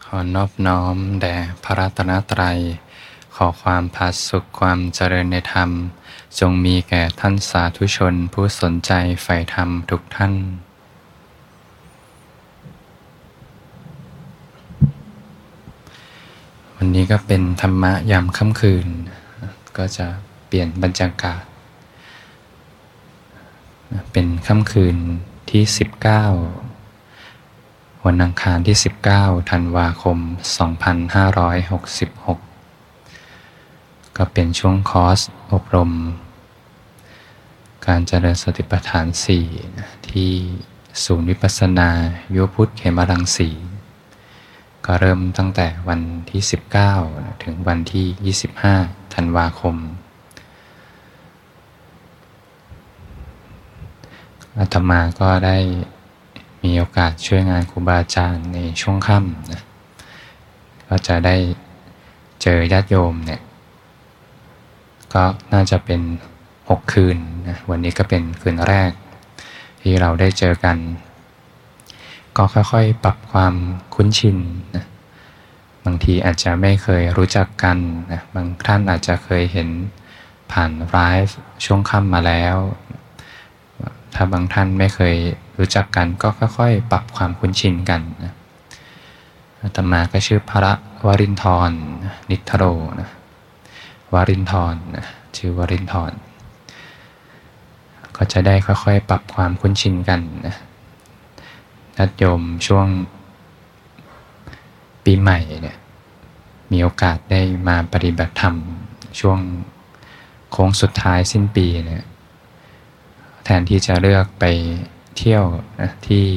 ขอนอบน้อมแด่พระรัตนตรัยขอความผาสุกความเจริญในธรรมจงมีแก่ท่านสาธุชนผู้สนใจใฝ่ธรรมทุกท่านวันนี้ก็เป็นธรรมะยามค่ำคืนก็จะเปลี่ยนบรรยากาศเป็นค่ำคืนที่19วันอังคารที่19ธันวาคม2566ก็เป็นช่วงคอร์สอบรมการเจริญสติปัฏฐาน4ที่ศูนย์วิปัสสนายุวพุทธเขมรังสีก็เริ่มตั้งแต่วันที่19ถึงวันที่25ธันวาคมอาตมาก็ได้มีโอกาสช่วยงานครูบาอาจารย์ในช่วงค่ำนะก็จะได้เจอญาติโยมเนี่ยก็น่าจะเป็น6คืนนะวันนี้ก็เป็นคืนแรกที่เราได้เจอกันก็ค่อยๆปรับความคุ้นชินนะบางทีอาจจะไม่เคยรู้จักกันนะบางท่านอาจจะเคยเห็นผ่านไลฟ์ช่วงค่ำมาแล้วถ้าบางท่านไม่เคยรู้จักกันก็ค่อยๆปรับความคุ้นชินกันนะอาตมาก็ชื่อพระวรินทรนิทโรนะวรินทรนะชื่อวรินทรก็จะได้ค่อยๆปรับความคุ้นชินกันนะญาติโยมช่วงปีใหม่เนี่ยมีโอกาสได้มาปฏิบัติธรรมช่วงโค้งสุดท้ายสิ้นปีเนี่ยแทนที่จะเลือกไปเที่ยวนะที่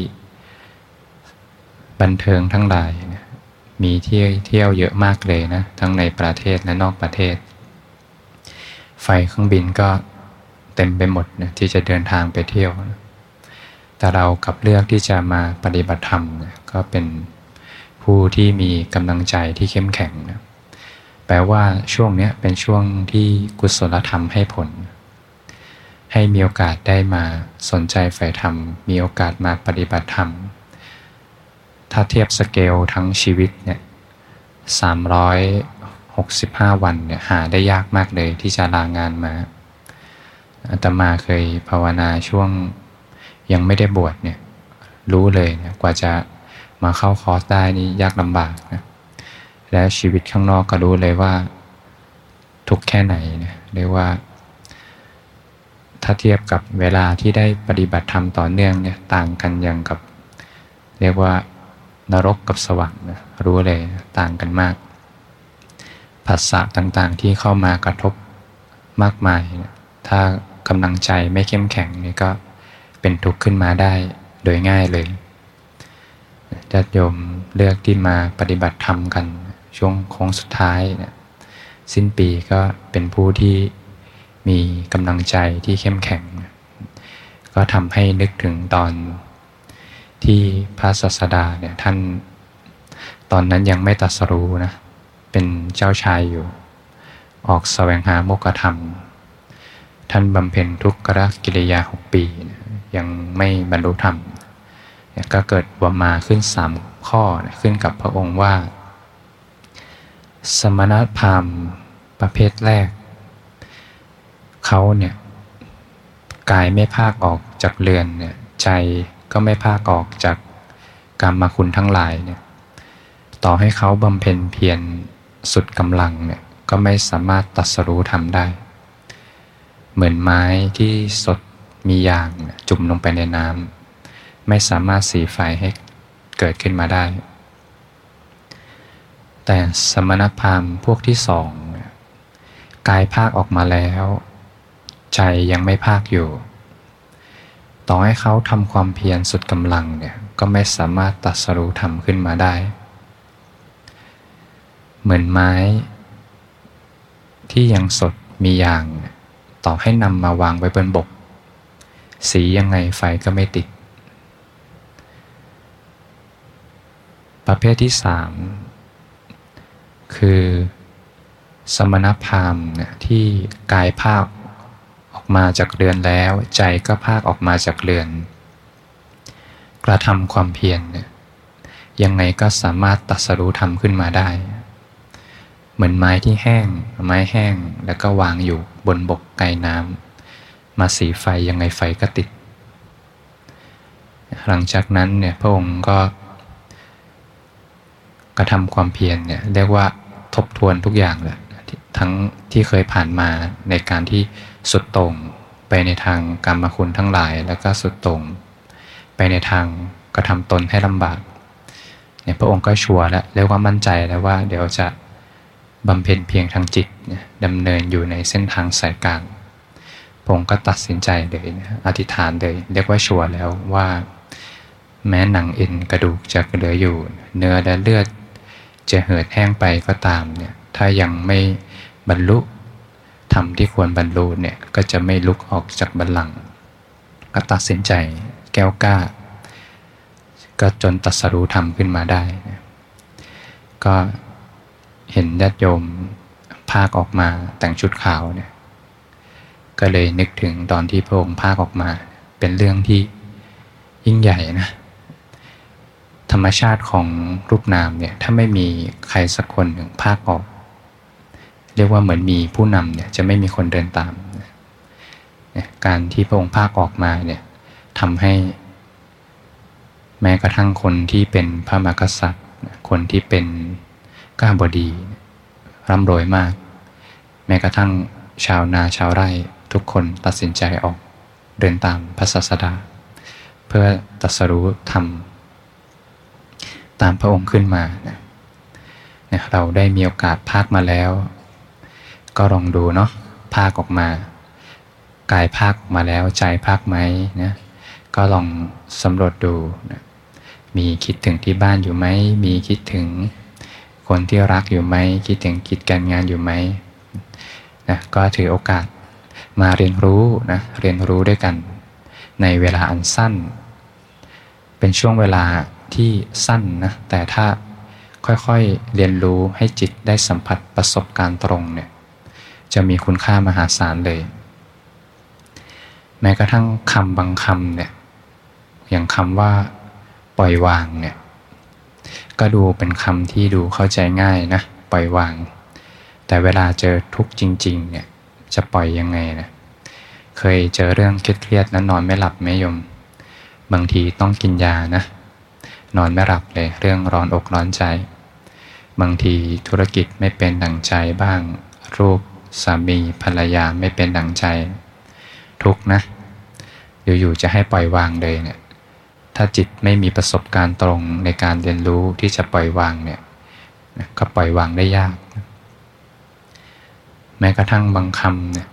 บันเทิงทั้งหลายนะมีเที่ยวเยอะมากเลยนะทั้งในประเทศและนอกประเทศไฟเครื่องบินก็เต็มไปหมดนะที่จะเดินทางไปเที่ยวนะแต่เรากลับเลือกที่จะมาปฏิบัติธรรมนะก็เป็นผู้ที่มีกำลังใจที่เข้มแข็งนะแปลว่าช่วงนี้เป็นช่วงที่กุศลธรรมให้ผลให้มีโอกาสได้มาสนใจใฝ่ธรรมมีโอกาสมาปฏิบัติธรรมถ้าเทียบสเกลทั้งชีวิตเนี่ย365วันเนี่ยหาได้ยากมากเลยที่จะลางานมาอาตมาเคยภาวนาช่วงยังไม่ได้บวชเนี่ยรู้เลยนะกว่าจะมาเข้าคอร์สได้นี่ยากลำบากนะและชีวิตข้างนอกก็รู้เลยว่าทุกข์แค่ไหนนะเรียกว่าถ้าเทียบกับเวลาที่ได้ปฏิบัติธรรมต่อเนื่องเนี่ยต่างกันอย่างกับเรียกว่านรกกับสวรรค์นะรู้เลยต่างกันมากผัสสะต่างๆที่เข้ามากระทบมากมายนะถ้ากำลังใจไม่เข้มแข็งนี่ก็เป็นทุกข์ขึ้นมาได้โดยง่ายเลยญาติโยมเลือกที่มาปฏิบัติธรรมกันช่วงโค้งสุดท้ายนะสิ้นปีก็เป็นผู้ที่มีกำลังใจที่เข้มแข็งก็ทำให้นึกถึงตอนที่พระศาสดาเนี่ยท่านตอนนั้นยังไม่ตรัสรู้นะเป็นเจ้าชายอยู่ออกแสวงหาโมกขธรรมท่านบำเพ็ญทุกขกิริยา6 ปียังไม่บรรลุธรรมก็เกิดอุปมาขึ้น3 ข้อขึ้นกับพระองค์ว่าสมณพราหมณ์ประเภทแรกเขาเนี่ยกายไม่ภาคออกจากเรือนเนี่ยใจก็ไม่ภาคออกจากกามคุณทั้งหลายเนี่ยต่อให้เขาบำเพ็ญเพียรสุดกำลังเนี่ยก็ไม่สามารถตรัสรู้ธรรมได้เหมือนไม้ที่สดมียางจุ่มลงไปในน้ำไม่สามารถสีไฟให้เกิดขึ้นมาได้แต่สมณพราหมณ์พวกที่2กายภาคออกมาแล้วใจยังไม่ภาคอยู่ต่อให้เขาทำความเพียรสุดกำลังเนี่ยก็ไม่สามารถตรัสรู้ธรรมขึ้นมาได้เหมือนไม้ที่ยังสดมียางต่อให้นำมาวางไว้บนบกสียังไงไฟก็ไม่ติดประเภทที่3คือสมณพราหมณ์ที่กายภาคออกมาจากเรือนแล้วใจก็ภาคออกมาจากเรือนกระทำความเพียรยังไงก็สามารถตรัสรู้ธรรมขึ้นมาได้เหมือนไม้ที่แห้งไม้แห้งแล้วก็วางอยู่บนบกไกลน้ำมาสีไฟยังไงไฟก็ติดหลังจากนั้นเนี่ยพระองค์ก็กระทำความเพียรเนี่ยเรียกว่าทบทวนทุกอย่างแหละทั้งที่เคยผ่านมาในการที่สุดโต่งไปในทางกรรมคุณทั้งหลายแล้วก็สุดโต่งไปในทางกระทำตนให้ลำบากเนี่ยพระองค์ก็ชัวร์แล้วเรียกว่ามั่นใจแล้วว่าเดี๋ยวจะบำเพ็ญเพียงทางจิตดำเนินอยู่ในเส้นทางสายกลางพระองค์ก็ตัดสินใจเลยอธิษฐานเลยเรียกว่าชัวร์แล้วว่าแม้หนังเอ็นกระดูกจะเหลืออยู่เนื้อและเลือดจะเหือดแห้งไปก็ตามเนี่ยถ้ายังไม่บรรลุธรรมที่ควรบรรลุเนี่ยก็จะไม่ลุกออกจากบัลลังก์ก็ตัดสินใจแก้วกล้าก็จนตรัสรู้ธรรมขึ้นมาได้ก็เห็นญาติโยมพากออกมาแต่งชุดขาวเนี่ยก็เลยนึกถึงตอนที่พระองค์พากออกมาเป็นเรื่องที่ยิ่งใหญ่นะธรรมชาติของรูปนามเนี่ยถ้าไม่มีใครสักคนหนึ่งพากออกเรียกว่าเหมือนมีผู้นำเนี่ยจะไม่มีคนเดินตามการที่พระองค์พากออกมาเนี่ยทำให้แม้กระทั่งคนที่เป็นพระมหากษัตริย์คนที่เป็นข้าบดีร่ำรวยมากแม้กระทั่งชาวนาชาวไร่ทุกคนตัดสินใจออกเดินตามพระศาสดาเพื่อตรัสรู้ธรรมตามพระองค์ขึ้นมาเนี่ยเราได้มีโอกาสพากมาแล้วก็ลองดูเนาะพากออกมากายพากออกมาแล้วใจพากไหมนะก็ลองสำรวจดูนะมีคิดถึงที่บ้านอยู่ไหมมีคิดถึงคนที่รักอยู่ไหมคิดถึงกิจการงานอยู่ไหมนะก็ถือโอกาสมาเรียนรู้นะเรียนรู้ด้วยกันในเวลาอันสั้นเป็นช่วงเวลาที่สั้นนะแต่ถ้าค่อยๆเรียนรู้ให้จิตได้สัมผัสประสบการณ์ตรงเนี่ยจะมีคุณค่ามหาศาลเลยแม้กระทั่งคำบางคำเนี่ยอย่างคำว่าปล่อยวางเนี่ยก็ดูเป็นคำที่ดูเข้าใจง่ายนะปล่อยวางแต่เวลาเจอทุกข์จริงๆเนี่ยจะปล่อยยังไงนะเคยเจอเรื่องเครียดๆแล้วนอนไม่หลับไหมโยมบางทีต้องกินยานะนอนไม่หลับเลยเรื่องร้อนอกร้อนใจบางทีธุรกิจไม่เป็นดั่งใจบ้างรูปสามีภรรยาไม่เป็นดั่งใจทุกข์นะอยู่ๆจะให้ปล่อยวางเลยเนี่ยถ้าจิตไม่มีประสบการณ์ตรงในการเรียนรู้ที่จะปล่อยวางเนี่ยก็ปล่อยวางได้ยากแม้กระทั่งบางคำเนี่ย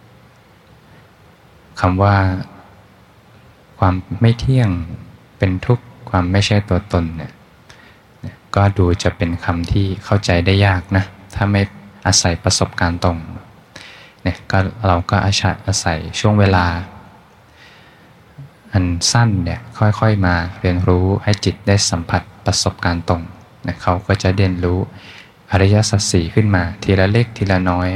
คำว่าความไม่เที่ยงเป็นทุกข์ความไม่ใช่ตัวตนเนี่ยก็ดูจะเป็นคำที่เข้าใจได้ยากนะถ้าไม่อาศัยประสบการณ์ตรงเนี่ยก็เราก็อาศัยช่วงเวลาอันสั้นเนี่ยค่อยๆมาเรียนรู้ให้จิตได้สัมผัสประสบการณ์ตรงนะเขาก็จะเรียนรู้อริยสัจสี่ขึ้นมาทีละเล็กทีละน้อย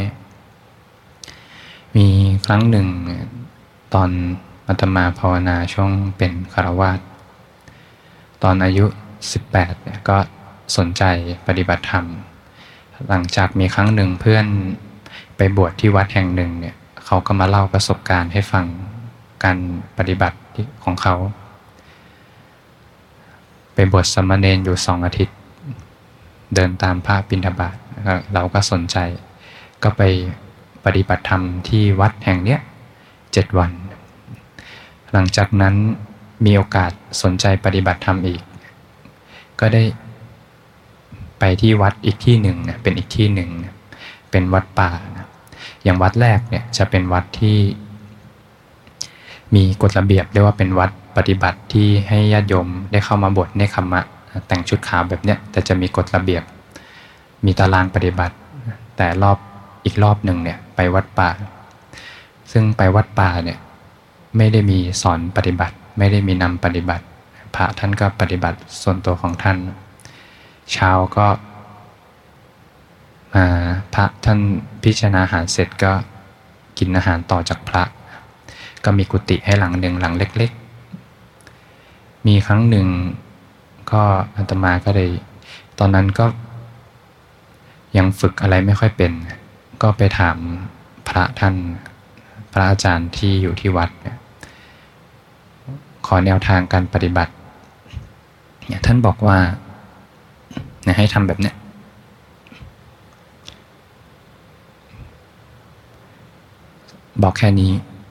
มีครั้งหนึ่งตอนอาตมาภาวนาช่วงเป็นฆราวาสตอนอายุ18เนี่ยก็สนใจปฏิบัติธรรมหลังจากมีครั้งหนึ่งเพื่อนไปบวชที่วัดแห่งหนึ่งเนี่ยเขาก็มาเล่าประสบการณ์ให้ฟังการปฏิบัติของเขาไปบวชสามเณรอยู่2 อาทิตย์เดินตามพระบิณฑบาตเราก็สนใจก็ไปปฏิบัติธรรมที่วัดแห่งเนี้ย7 วันหลังจากนั้นมีโอกาสสนใจปฏิบัติธรรมอีกก็ได้ไปที่วัดอีกที่หนึ่งเป็นอีกที่หนึ่งเป็นวัดป่านะอย่างวัดแรกเนี่ยจะเป็นวัดที่มีกฎระเบียบเรียกว่าเป็นวัดปฏิบัติที่ให้ญาติโยมได้เข้ามาบวชในคัมมะแต่งชุดขาวแบบเนี้ยแต่จะมีกฎระเบียบมีตารางปฏิบัติแต่อีกรอบหนึ่งเนี่ยไปวัดป่าซึ่งไปวัดป่าเนี่ยไม่ได้มีสอนปฏิบัติไม่ได้มีนำปฏิบัติพระท่านก็ปฏิบัติส่วนตัวของท่านเช้าก็พระท่านพิจารณาอาหารเสร็จก็กินอาหารต่อจากพระก็มีกุฏิให้หลังหนึ่งหลังเล็กๆมีครั้งหนึ่งก็อาตมาก็เลยตอนนั้นก็ยังฝึกอะไรไม่ค่อยเป็นก็ไปถามพระท่านพระอาจารย์ที่อยู่ที่วัดขอแนวทางการปฏิบัติท่านบอกว่าให้ทำแบบเนี้ยบอกแค่นี้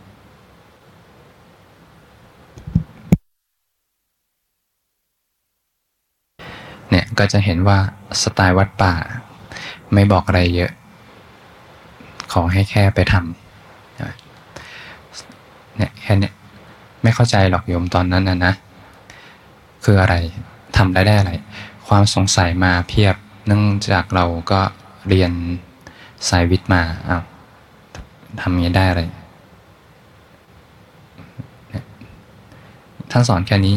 เนี่ยก็จะเห็นว่าสไตล์วัดป่าไม่บอกอะไรเยอะขอให้แค่ไปทำเนี่ยแค่นี้ไม่เข้าใจหรอกโยมตอนนั้นนะคืออะไรทำได้อะไรความสงสัยมาเพียบเนื่องจากเราก็เรียนสายวิทย์มาทำอย่างนี้ได้อะไรท่านสอนแค่นี้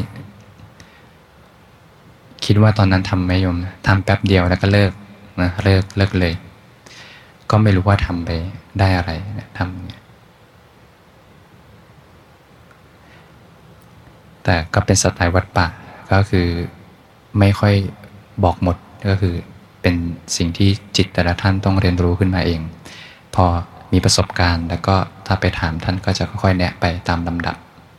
คิดว่าตอนนั้นทำไหมโยมทำแป๊บเดียวแล้วก็เลิกนะเลิกเลยก็ไม่รู้ว่าทำไปได้อะไรทำแต่ก็เป็นสไตล์วัดป่าก็คือไม่ค่อยบอกหมดก็คือเป็นสิ่งที่จิตแต่ละท่านต้องเรียนรู้ขึ้นมาเองพอมีประสบการณ์แล้วก็ถ้าไปถามท่านก็จะค่อยๆแนะไปตามลำดับ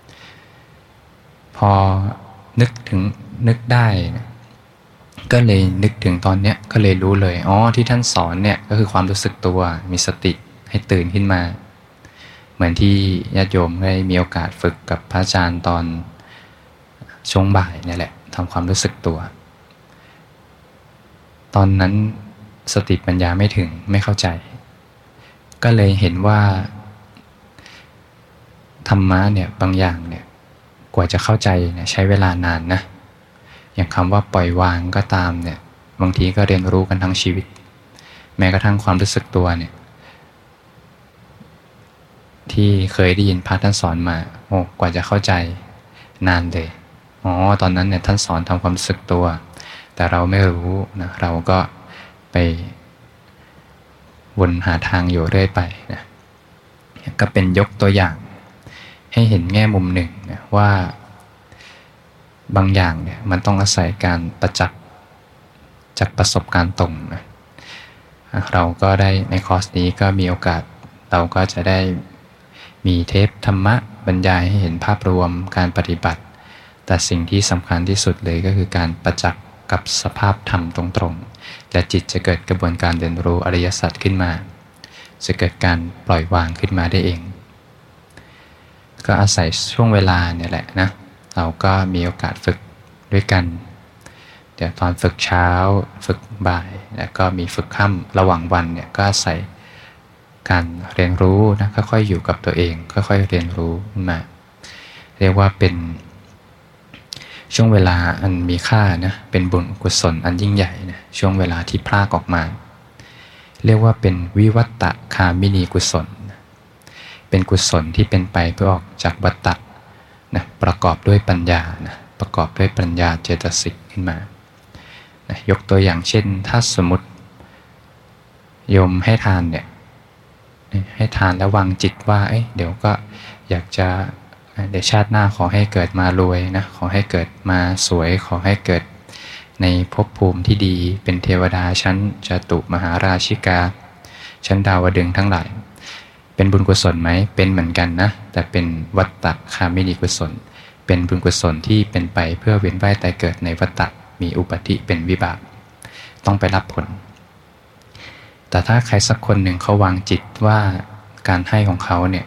พอนึกได้ก็เลยนึกถึงตอนเนี้ยก็เลยรู้เลยที่ท่านสอนเนี่ยก็คือความรู้สึกตัวมีสติให้ตื่นขึ้นมาเหมือนที่ญาติโยมได้มีโอกาสฝึกกับพระอาจารย์ตอนช่วงบ่ายนี่แหละทำความรู้สึกตัวตอนนั้นสติปัญญาไม่ถึงไม่เข้าใจก็เลยเห็นว่าธรรมะเนี่ยบางอย่างเนี่ยกว่าจะเข้าใจเนี่ยใช้เวลานานนะอย่างคำว่าปล่อยวางก็ตามเนี่ยบางทีก็เรียนรู้กันทั้งชีวิตแม้กระทั่งความรู้สึกตัวเนี่ยที่เคยได้ยินพระท่านสอนมากว่าจะเข้าใจนานเลยตอนนั้นเนี่ยท่านสอนทำความรู้สึกตัวแต่เราไม่รู้นะเราก็ไปวนหาทางอยู่เรื่อยไปนะก็เป็นยกตัวอย่างให้เห็นแง่มุมหนึ่งนะว่าบางอย่างเนี่ยมันต้องอาศัยการประจักษ์จากประสบการณ์ตรงนะเราก็ได้ในคอร์สนี้ก็มีโอกาสเราก็จะได้มีเทปธรรมะบรรยายให้เห็นภาพรวมการปฏิบัติแต่สิ่งที่สำคัญที่สุดเลยก็คือการประจักษ์กับสภาพธรรมตรงๆและจิตจะเกิดกระบวนการเรียนรู้อริยสัจขึ้นมาจะเกิดการปล่อยวางขึ้นมาได้เองก็อาศัยช่วงเวลาเนี่ยแหละนะเราก็มีโอกาสฝึกด้วยกันเดี๋ยวตอนฝึกเช้าฝึกบ่ายแล้วก็มีฝึกค่ำระหว่างวันเนี่ยก็อาศัยการเรียนรู้นะค่อยๆอยู่กับตัวเองค่อยๆเรียนรู้ขึ้นมาเรียกว่าเป็นช่วงเวลาอันมีค่านะเป็นบุญกุศลอันยิ่งใหญ่นะช่วงเวลาที่พรากออกมาเรียกว่าเป็นวิวัตตคามินีกุศลเป็นกุศลที่เป็นไปเพื่อออกจากวัฏฏะนะประกอบด้วยปัญญานะประกอบด้วยปัญญาเจตสิกขึ้นมานะยกตัวอย่างเช่นถ้าสมมติโยมให้ทานเนี่ยให้ทานแล้ววางจิตว่าเดี๋ยวก็อยากจะเดี๋ยวชาติหน้าขอให้เกิดมารวยนะขอให้เกิดมาสวยขอให้เกิดในภพภูมิที่ดีเป็นเทวดาชั้นจตุมหาราชิกาชั้นดาวดึงส์ทั้งหลายเป็นบุญกุศลไหมเป็นเหมือนกันนะแต่เป็นวัฏฏะคามินีกุศลเป็นบุญกุศลที่เป็นไปเพื่อเวียนว่ายตายเกิดในวัฏฏะมีอุบัติเป็นวิบากต้องไปรับผลแต่ถ้าใครสักคนหนึ่งเขาวางจิตว่าการให้ของเขาเนี่ย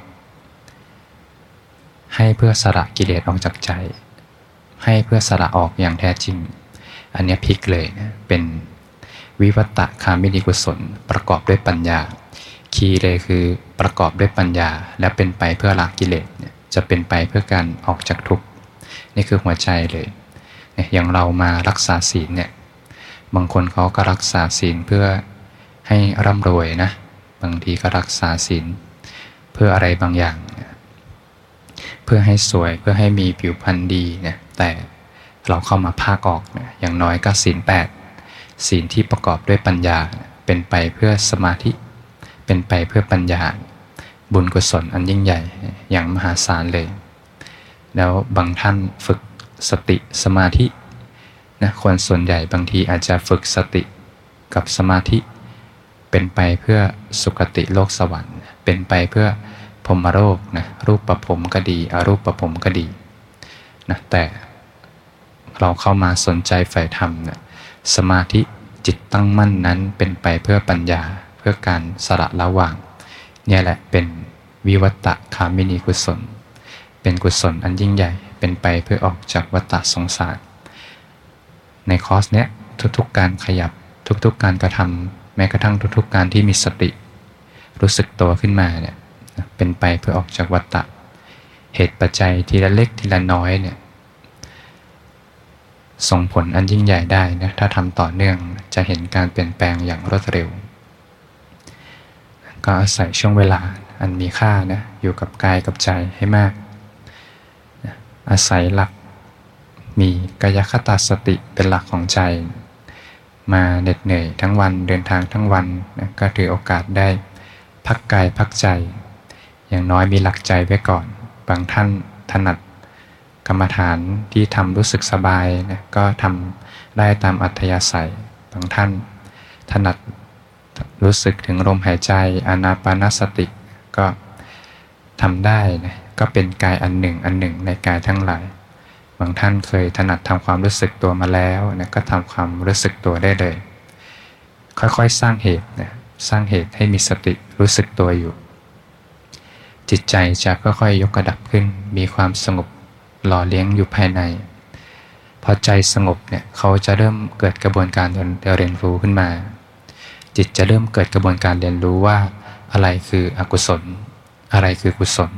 ให้เพื่อสละกิเลสออกจากใจให้เพื่อสละออกอย่างแท้จริงอันนี้พลิกเลยนะเป็นวิวัตตคามินีกุศลประกอบด้วยปัญญาคีย์เลยคือประกอบด้วยปัญญาและเป็นไปเพื่อละกิเลสเนี่ยจะเป็นไปเพื่อการออกจากทุกข์นี่คือหัวใจเลยอย่างเรามารักษาศีลเนี่ยบางคนเขาก็รักษาศีลเพื่อให้ร่ำรวยนะบางทีก็รักษาศีลเพื่ออะไรบางอย่างเพื่อให้สวยเพื่อให้มีผิวพรรณดีเนี่ยแต่เราเข้ามาภาคออกเนี่ยอย่างน้อยก็ศีล 8ศีลที่ประกอบด้วยปัญญาเป็นไปเพื่อสมาธิเป็นไปเพื่อปัญญาบุญกุศลอันยิ่งใหญ่อย่างมหาศาลเลยแล้วบางท่านฝึกสติสมาธินะคนส่วนใหญ่บางทีอาจจะฝึกสติกับสมาธิเป็นไปเพื่อสุคติโลกสวรรค์เป็นไปเพื่อพรหมโลกนะรูปประพรหมก็ดีอรูปประพรหมก็ดีนะแต่เราเข้ามาสนใจใฝ่ธรรมนะสมาธิจิตตั้งมั่นนั้นเป็นไปเพื่อปัญญาเพื่อการสละละวางเนี่ยแหละเป็นวิวัตตคามินีกุศลเป็นกุศลอันยิ่งใหญ่เป็นไปเพื่อออกจากวัฏฏะสงสารในคอร์สเนี้ยทุกๆการขยับทุกๆการกระทำแม้กระทั่งทุกๆการที่มีสติรู้สึกตัวขึ้นมาเนี่ยเป็นไปเพื่อออกจากวัฏฏะเหตุปัจจัยทีละเล็กทีละน้อยเนี่ยส่งผลอันยิ่งใหญ่ได้นะถ้าทำต่อเนื่องจะเห็นการเปลี่ยนแปลงอย่างรวดเร็วก็อาศัยช่วงเวลาอันมีค่านะอยู่กับกายกับใจให้มากอาศัยหลักมีกายคตาสติเป็นหลักของใจมาเหน็ดเหนื่อยทั้งวันเดินทางทั้งวันนะก็ถือโอกาสได้พักกายพักใจอย่างน้อยมีหลักใจไว้ก่อนบางท่านถนัดกรรมฐานที่ทำรู้สึกสบายนะก็ทำได้ตามอัธยาศัยบางท่านถนัดรู้สึกถึงลมหายใจอานาปานสติก็ทำได้นะก็เป็นกายอันหนึ่งในกายทั้งหลายบางท่านเคยถนัดทำความรู้สึกตัวมาแล้วนะก็ทำความรู้สึกตัวได้เลยค่อยๆสร้างเหตุนะสร้างเหตุให้มีสติรู้สึกตัวอยู่จิตใจจะค่อยๆยกระดับขึ้นมีความสงบหล่อเลี้ยงอยู่ภายในพอใจสงบเนี่ยเขาจะเริ่มเกิดกระบวนการเรียนรู้ขึ้นมาจิตจะเริ่มเกิดกระบวนการเรียนรู้ว่าอะไรคืออกุศลอะไรคือกุศล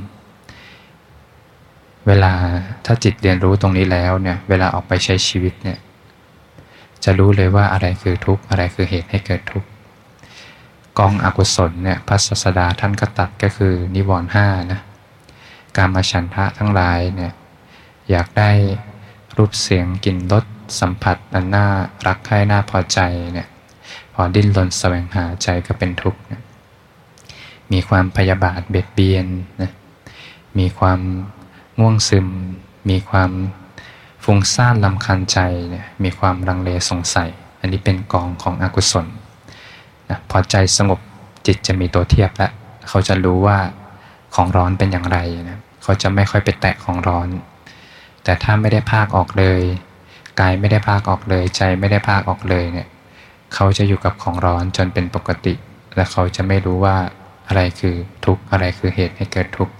เวลาถ้าจิตเรียนรู้ตรงนี้แล้วเนี่ยเวลาออกไปใช้ชีวิตเนี่ยจะรู้เลยว่าอะไรคือทุกข์อะไรคือเหตุให้เกิดทุกข์กองอกุศลเนี่ยพระศาสดาท่านก็ตัดก็คือนิวรณ์ห้านะกามฉันทะทั้งหลายเนี่ยอยากได้รูปเสียงกลิ่นรสสัมผัสอันน่ารักใคร่น่าพอใจเนี่ยพอดิ้นรนแสวงหาใจก็เป็นทุกข์นะมีความพยาบาทเบียดเบียนนะมีความง่วงซึมมีความฟุ้งซ่านรำคาญใจเนี่ยมีความลังเลสงสัยอันนี้เป็นกองของอกุศลนะพอใจสงบจิตจะมีตัวเทียบแล้วเขาจะรู้ว่าของร้อนเป็นอย่างไรนะเขาจะไม่ค่อยไปแตะของร้อนแต่ถ้าไม่ได้พากออกเลยกายไม่ได้พากออกเลยใจไม่ได้พากออกเลยเนี่ยเขาจะอยู่กับของร้อนจนเป็นปกติและเขาจะไม่รู้ว่าอะไรคือทุกข์อะไรคือเหตุให้เกิดทุกข์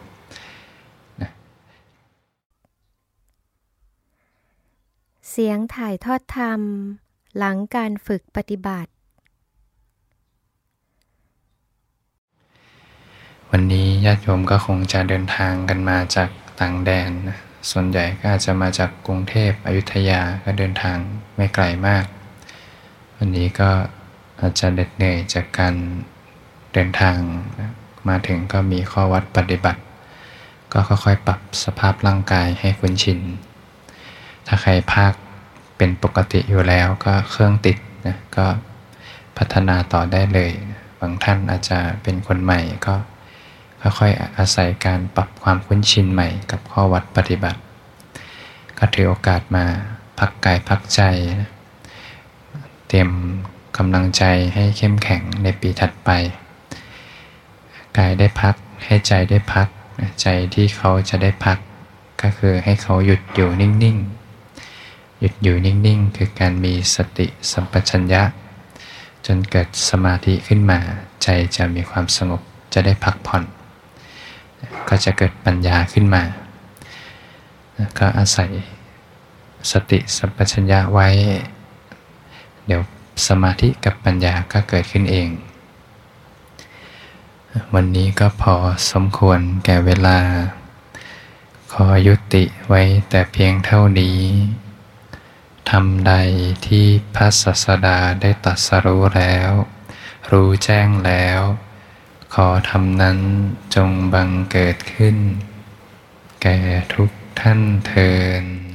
เสียงถ่ายทอดธรรมหลังการฝึกปฏิบัติวันนี้ญาติโยมก็คงจะเดินทางกันมาจากต่างแดนนะส่วนใหญ่ก็อาจจะมาจากกรุงเทพอยุธยาก็เดินทางไม่ไกลมากวันนี้ก็อาจจะเหน็ดเหนื่อยจากการเดินทางนะมาถึงก็มีข้อวัดปฏิบัติก็ค่อยๆปรับสภาพร่างกายให้คุ้นชินถ้าใครภาคเป็นปกติอยู่แล้วก็เครื่องติดนะก็พัฒนาต่อได้เลยบางท่านอาจจะเป็นคนใหม่ก็ค่อยๆอาศัยการปรับความคุ้นชินใหม่กับข้อวัดปฏิบัติก็ถือโอกาสมาพักกายพักใจนะเตรียมกำลังใจให้เข้มแข็งในปีถัดไปกายได้พักให้ใจได้พักใจที่เขาจะได้พักก็คือให้เขาหยุดอยู่นิ่งๆหยุดอยู่นิ่งๆคือการมีสติสัมปชัญญะจนเกิดสมาธิขึ้นมาใจจะมีความสงบจะได้พักผ่อนก็จะเกิดปัญญาขึ้นมาก็อาศัยสติสัมปชัญญะไว้เดี๋ยวสมาธิกับปัญญาก็เกิดขึ้นเองวันนี้ก็พอสมควรแก่เวลาขอยุติไว้แต่เพียงเท่านี้ธรรมใดที่พระศาสดาได้ตรัสรู้แล้วรู้แจ้งแล้วขอธรรมนั้นจงบังเกิดขึ้นแก่ทุกท่านเทอญ